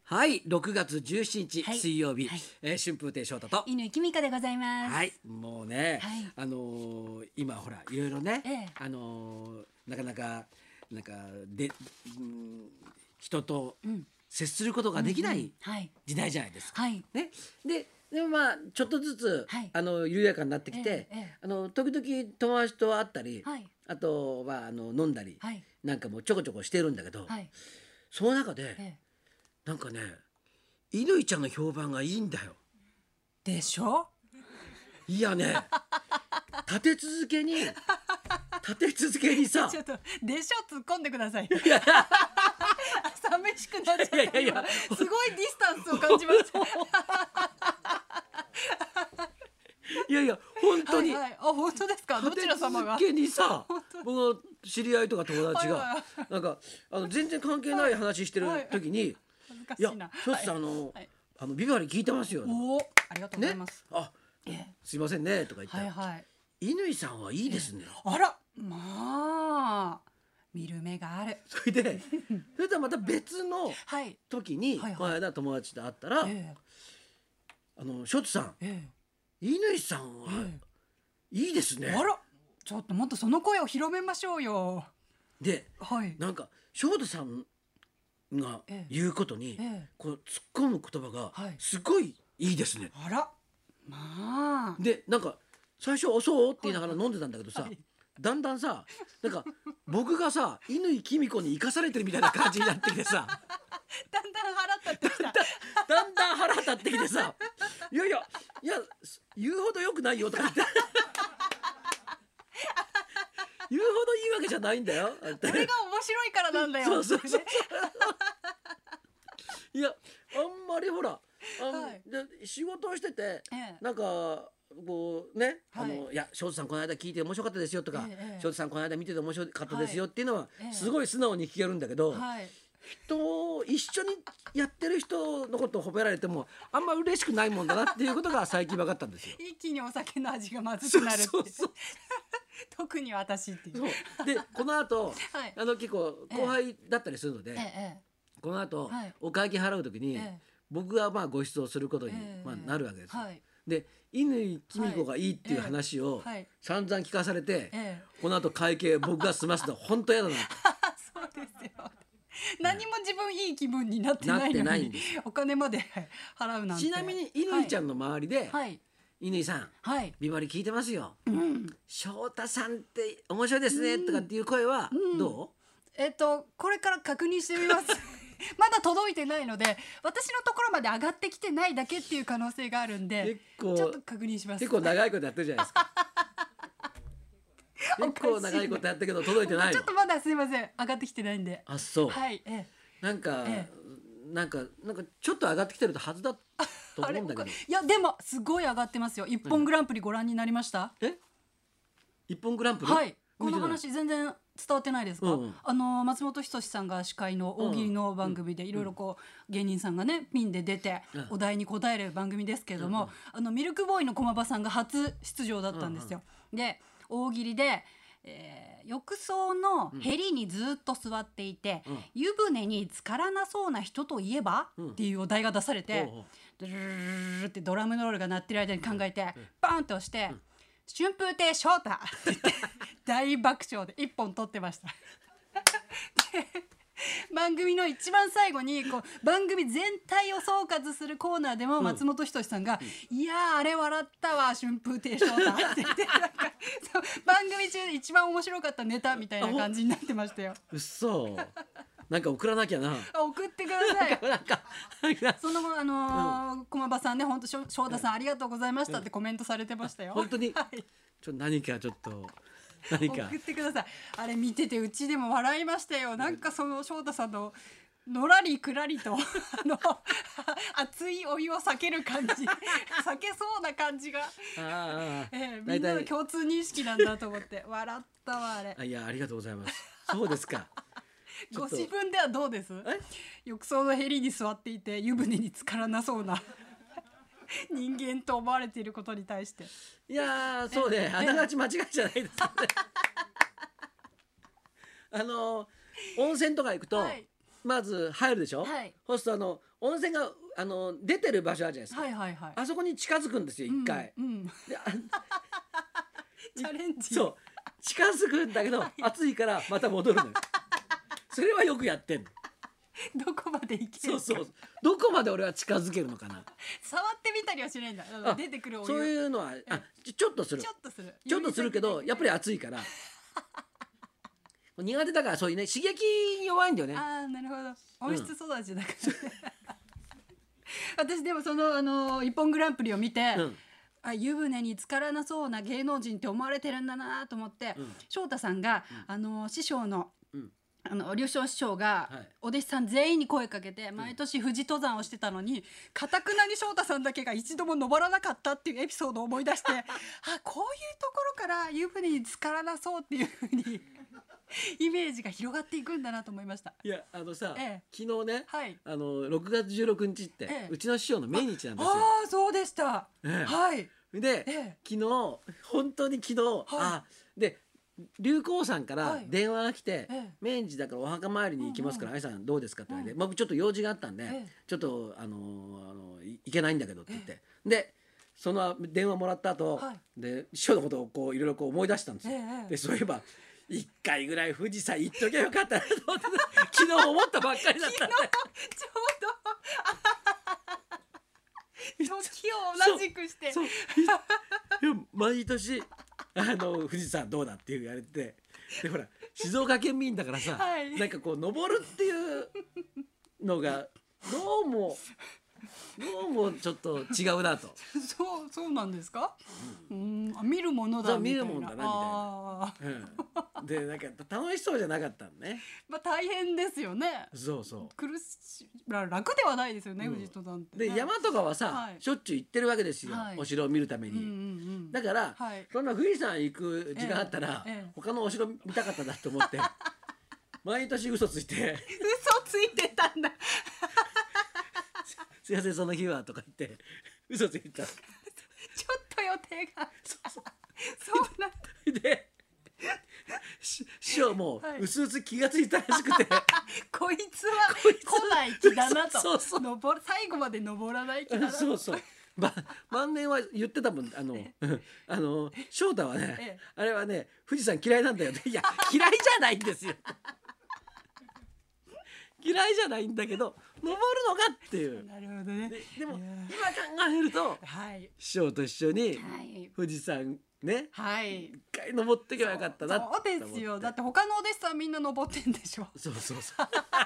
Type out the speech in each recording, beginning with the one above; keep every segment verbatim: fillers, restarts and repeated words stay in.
はい、ろくがつじゅうしちにち、 はい水曜日、 はいえー春風亭昇太と犬きみかでございます。 はい、もうね、 はいあのー今ほらいろいろね、 ええあのーなかなかなんかで、うん人とうん接することができなうんういんはい時代じゃないですか。 はいね、ででもまあちょっとずつ、 はいあの緩やかになってきて、 ええええあの時々友達と会ったり、 はいあとはあの飲んだり、 はいなんかもうちょこちょこしてるんだけど、 はいその中で、 ええなんかね乾ちゃんの評判がいいんだよ。 でしょ。 いやね立て続けに立て続けにさちょっとでしょ突っ込んでください。 いや寂しくなっちゃった。 いやいやいや今すごいディスタンスを感じました。 いやいや本当に、 はいはい、あ本当ですか。どちら様が立て続けにさ本当僕の知り合いとか友達が、 はいはいなんかあの全然関係ない話してる時に「 恥ずかしいやいな。 ひょっさん、 はいあの、 はいあのビバリー聞いてますよ」 おおありがとうございねます。 あええすいませんね」とか言ったらはいはい。 「乾さんはいいですね」 あらまあ見る目がある。 それでそれとはまた別のはい。 時に、 はいはいこの間友達と会ったら「 えあのショッツさんええ乾さんはえいいですね」 えあらちょっともっとその声を広めましょうよ。 ではい。 なんか翔太さんがええ言うことに、 ええこう突っ込む言葉がはいすごいいいですね。 あらまあでなんか最初「そう?」って言いながら飲んでたんだけどさ、 はいだんだんさなんか僕がさ乾きみ子に生かされてるみたいな感じになってきてさだんだん腹立ってきた。 だんだん腹立ってきてさ「いやいやいや言うほどよくないよ」とか言って言うほどいいわけじゃないんだよってこれが面白いからなんだよ。 そうそうそういやあんまりほらあん、 はいで仕事をしてて、 ええなんかこうね、 はいあのいや翔太さんこの間聞いて面白かったですよとか、 ええええ翔太さんこの間見てて面白かったですよっていうのは、 ええすごい素直に聞けるんだけど、 はい。 人を一緒にやってる人のことを褒められてもあんま嬉しくないもんだなっていうことが最近分かったんですよ。 一気にお酒の味がまずくなるって。 そうそうそう特に私っていう。 そうでこの後、 はいあの結構後輩だったりするので、 ええこの後、 はいお会計払う時に、 ええ僕がまあご馳走することに、 ええまあ、なるわけですよ。 はいで乾きみ子がいいっていう話をはい散々聞かされて、 ええこの後会計僕が済ますの本当嫌だなとあそうですよ。何も自分いい気分になってないのになってないんですお金まで払うなんて。 ちなみに乾ちゃんの周りではい 「乾さんはいビバリー聞いてますようん翔太さんって面白いですね」とかっていう声はどえっとこれから確認してみます。まだ届いてないので私のところまで上がってきてないだけっていう可能性があるんで結構ちょっと確認します。 結構長いことやってるじゃないですか結構長いことやったけど届いてないのちょっとまだすいません上がってきてないんで。 あそうはいええなんかえなんかなんかちょっと上がってきてるはずだとあれ思うんだけどいやでもすごい上がってますよ。一本グランプリご覧になりました？ え一本グランプリはいこの見てない話全然伝わってないですか？ うんうんあの松本人志さんが司会の大喜利の番組でいろいろこう芸人さんがねピンで出てうんお題に答える番組ですけれども、あのミルクボーイの駒場さんが初出場だったんですよ。で大喜利で、えー浴槽のへりにずっと座っていて、 うん湯船に浸からなそうな人といえば、 うんっていうお題が出されて、 ほうほうドゥルルルルルってドラムロールが鳴ってる間に考えて、バーンって押して「春風亭昇太」って言って大爆笑で一本取ってました。で番組の一番最後にこう番組全体を総括するコーナーでも松本人志さんが「いやーあれ笑ったわ春風亭昇太」って言ってなんかそう番組中で一番面白かったネタみたいな感じになってましたよ。 うっそなんか送らなきゃなあ送ってください。 なんかなんかその後あのー駒場さんね本当翔太さんありがとうございましたってコメントされてましたよ。 本当にはいちょ何かちょっと何か送ってください。あれ見ててうちでも笑いましたよ。なんかその翔太さんののらりくらりとあの熱いお湯を避ける感じ避けそうな感じが、 ああえー、みんなの共通認識なんだと思って笑ったわあれ。 あいやありがとうございますそうですかちょごっと自分ではどうです？ え浴槽のへりに座っていて湯船に浸からなそうな人間と思われていることに対して。 いやーそうねあながち間違いじゃないですよねあの温泉とか行くと、 はいままず入るでしょ、 はいそうするとあの温泉があの出てる場所あるじゃないですか、 はいはいはい。 あそこに近づくんですよ一回、 うんうんであチャレンジ。 そう近づくんだけど暑いからまた戻るのよそれはよくやってんの。 どこまでいけるか。 そうそうどこまで俺は近づけるのかな。 触ってみたりはしないんだ。 あ出てくるお湯。 そういうのはあちょちょっとするちょっとする。 ちょっとするけどやっぱり暑いから苦手だからそういうね刺激に弱いんだよね。 ああなるほど。温室育ちだから、私でもそのあの一本グランプリを見て、 うんあ湯船に浸からなそうな芸能人って思われてるんだなと思って、 うん翔太さんが、あの師匠のうんあの龍翔師匠が、 はいお弟子さん全員に声かけて毎年富士登山をしてたのにかたくなに翔太さんだけが一度も登らなかったっていうエピソードを思い出してあこういうところから湯船に浸からなそうっていうふうにイメージが広がっていくんだなと思いました。 いやあのさ、 ええ昨日ね、 はいあのろくがつじゅうろくにちって、 ええうちの師匠の命日なんですよ。 ああそうでした、 ええはいで、 ええ昨日本当に昨日、あで龍光さんからはい電話が来て、 ええ命日だからお墓参りに行きますから、 うん愛さんどうですかって言われて、 うん僕ちょっと用事があったんで、 ええちょっとあのあのい行けないんだけどって言って、でその電話もらった後、 はいで師匠のことをこういろいろこう思い出したんですよ。 ええでそういえば一回ぐらい富士山行っときゃよかったなと思って昨日思ったばっかりだったんでちょうど時を同じくしてそういや毎年あの富士山どうだっていう言われてでほら静岡県民だからさ、 はいなんかこう登るっていうのがどうもどうもちょっと違うなと。 そうそうなんですか。うん、あ見るものそうだみたいな。 見るもんだなみたいなあーうん、でなんか楽しそうじゃなかったのね。 まあ大変ですよね。 そうそ苦しいら楽ではないですよね、 うん富士登山ってう。でね。 山とかはさ、 はいしょっちゅう行ってるわけですよ、 はいお城を見るために。 うんうんうん。 だから、 はいそんな富士山行く時間あったら、 ええええ他のお城見たかったなと思って毎年嘘ついて嘘ついてたんだ。 「すいませんその日は」とか言って嘘ついた。 ちょっと予定が。そうなんだ。 でし師匠もはいうすうす気がついたらしくて、 こいつはこいつ来ない気だなと。 そうそう登る最後まで登らない気だなと。 そうそう。ま、万年は言ってたもんあのあの翔太はね、 ええあれはね富士山嫌いなんだよっていや嫌いじゃないんですよ嫌いじゃないんだけど登るのがっていう。 なるほどね。 ででもいや今考えるとはい師匠と一緒にはい富士山ねはい。 一回登ってけばよかったなってそうですよ。だって他のお弟子さんみんな登ってんでしょ。 そうそうそう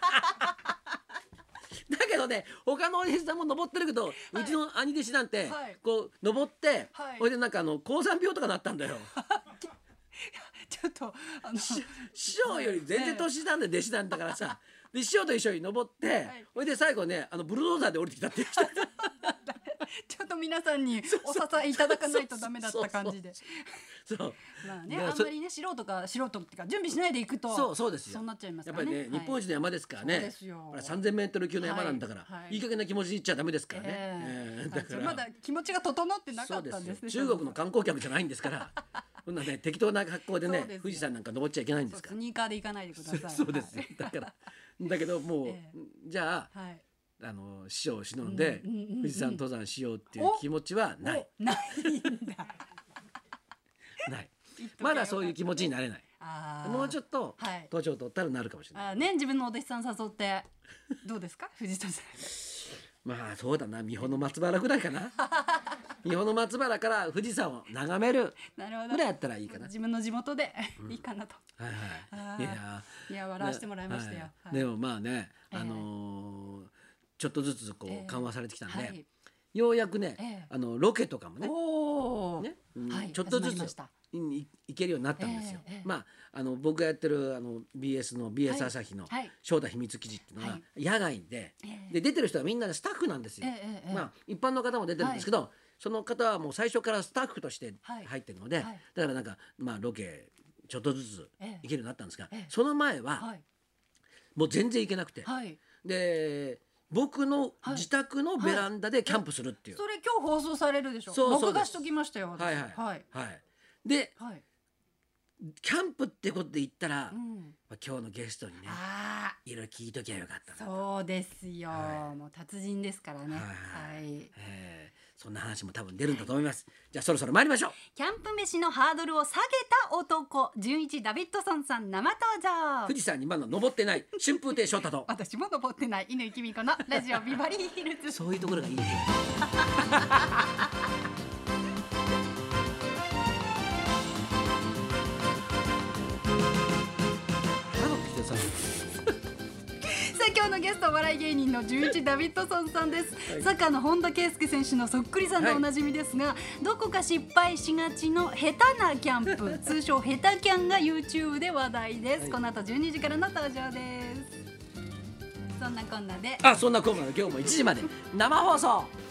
だけどね他のお弟子さんも登ってるけど、うちの兄弟子なんて、 はいこう登って、 はいほいでなんかあの高山病とかなったんだよちょっとあの師匠より全然年下なんで弟子なんだからさ、で師匠と一緒に登って、 はいほいで最後ねあのブルドーザーで降りてきたっていう人ちょっと皆さんにお支えいただかないとダメだった感じで。 そうまあね、 だからそあんまりね素人が素人っていうか準備しないでいくとそうそうですよそうなっちゃいますやっぱりね、 からね。はい日本一の山ですからね。 そうですよほらさんぜんメートル級の山なんだから、 はいはいいい加減な気持ちで行っちゃダメですからね。 ええええだからまだ気持ちが整ってなかったんですね。 中国の観光客じゃないんですからそんなね適当な格好でねそうですよ富士山なんか登っちゃいけないんですからそうスニーカーで行かないでください。 そうですよだからだけどもう、 えじゃあはい。 あの師匠を忍んで、 うんうんうんうん富士山登山しようっていう気持ちはないおないんだ。 ないまだそういう気持ちになれないあーもうちょっとはい年を取ったらなるかもしれない。 あーね自分のお弟子さん誘ってどうですか富士登山。 まあそうだな美穂の松原ぐらいかな美穂の松原から富士山を眺めるなるほど。 ぐらいやったらいいかな。 自分の地元でいいかなと。 はいあーはい。いやいや笑わせてもらいましたよ。 ねはいでもまあね、 ええあのーちょっとずつこええう緩和されてきたんで、 はいようやくね、 ええあのロケとかもね、 おお。 ね、うんはいちょっとずつ始まりましたいいけるようになったんですよ。 ええええまああの僕がやってるあの ビーエス の ビーエス 朝日のはい正太秘密記事っていうのがはい野外で、 ええで出てる人はみんなスタッフなんですよ。 ええええまあ一般の方も出てるんですけど、その方はもう最初からスタッフとしてはい入ってるので、 はいだからなんかまあロケちょっとずつええ行けるようになったんですが、 ええその前ははいもう全然行けなくて、 はい。 で僕の自宅のベランダでキャンプするっていう。 それ今日放送されるでしょ。 そうそうです録画しときましたよ。私はいはいはいはい。ではいキャンプってことで言ったら、 うんまあ、今日のゲストにねあいろいろ聞いときゃよかったあなと、 そうですよ、 はいもう達人ですからね。 はいはいえーそんな話も多分出るんだと思います。じゃあそろそろ参りましょう。 キャンプ飯のハードルを下げた男、純一ダビッドソンさん生登場。 富士山にまだ登ってない春風亭昇太と私も登ってない乾きみ子のラジオビバリーヒルズ。 そういうところがいいね。あのピザさんさあ今日のゲストは笑い芸人の純一ダビッドソンさんです、 はいサッカーの本田圭佑選手のそっくりさんでおなじみですが、どこか失敗しがちの下手なキャンプ通称ヘタキャンが YouTube で話題です、 はいこの後じゅうにじからの登場です。そんなこんなであそんなこんなの今日もいちじまで生放送。